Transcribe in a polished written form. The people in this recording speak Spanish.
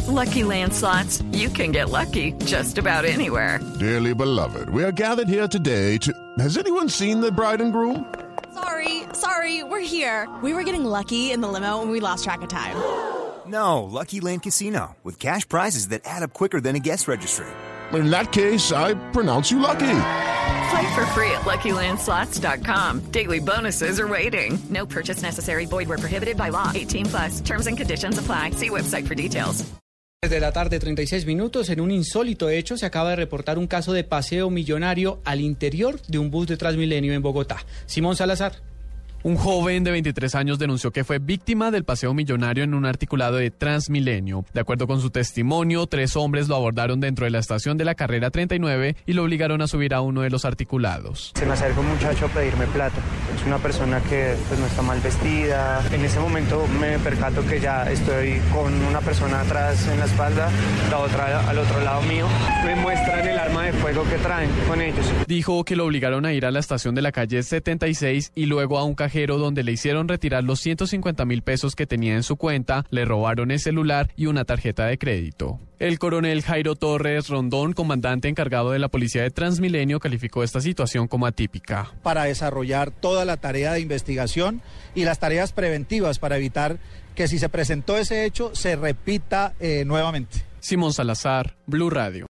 Lucky Land Slots, you can get lucky just about anywhere. Dearly beloved, we are gathered here today to... Has anyone seen the bride and groom? Sorry, we're here. We were getting lucky in the limo and we lost track of time. No, Lucky Land Casino, with cash prizes that add up quicker than a guest registry. In that case, I pronounce you lucky. Play for free at LuckyLandSlots.com. Daily bonuses are waiting. No purchase necessary. Void where prohibited by law. 18+. Terms and conditions apply. See website for details. Desde la tarde, 36 minutos, en un insólito hecho se acaba de reportar un caso de paseo millonario al interior de un bus de Transmilenio en Bogotá. Simón Salazar. Un joven de 23 años denunció que fue víctima del paseo millonario en un articulado de Transmilenio. De acuerdo con su testimonio, 3 hombres lo abordaron dentro de la estación de la carrera 39 y lo obligaron a subir a uno de los articulados. Se me acerca un muchacho a pedirme plata. Es una persona que no está mal vestida. En ese momento me percato que ya estoy con una persona atrás en la espalda, la otra al otro lado mío. Me muestran el arma de fuego que traen con ellos. Dijo que lo obligaron a ir a la estación de la calle 76 y luego a un cajero donde le hicieron retirar los 150.000 pesos que tenía en su cuenta, le robaron el celular y una tarjeta de crédito. El coronel Jairo Torres Rondón, comandante encargado de la policía de Transmilenio, calificó esta situación como atípica. Para desarrollar toda la tarea de investigación y las tareas preventivas para evitar que si se presentó ese hecho se repita nuevamente. Simón Salazar, Blue Radio.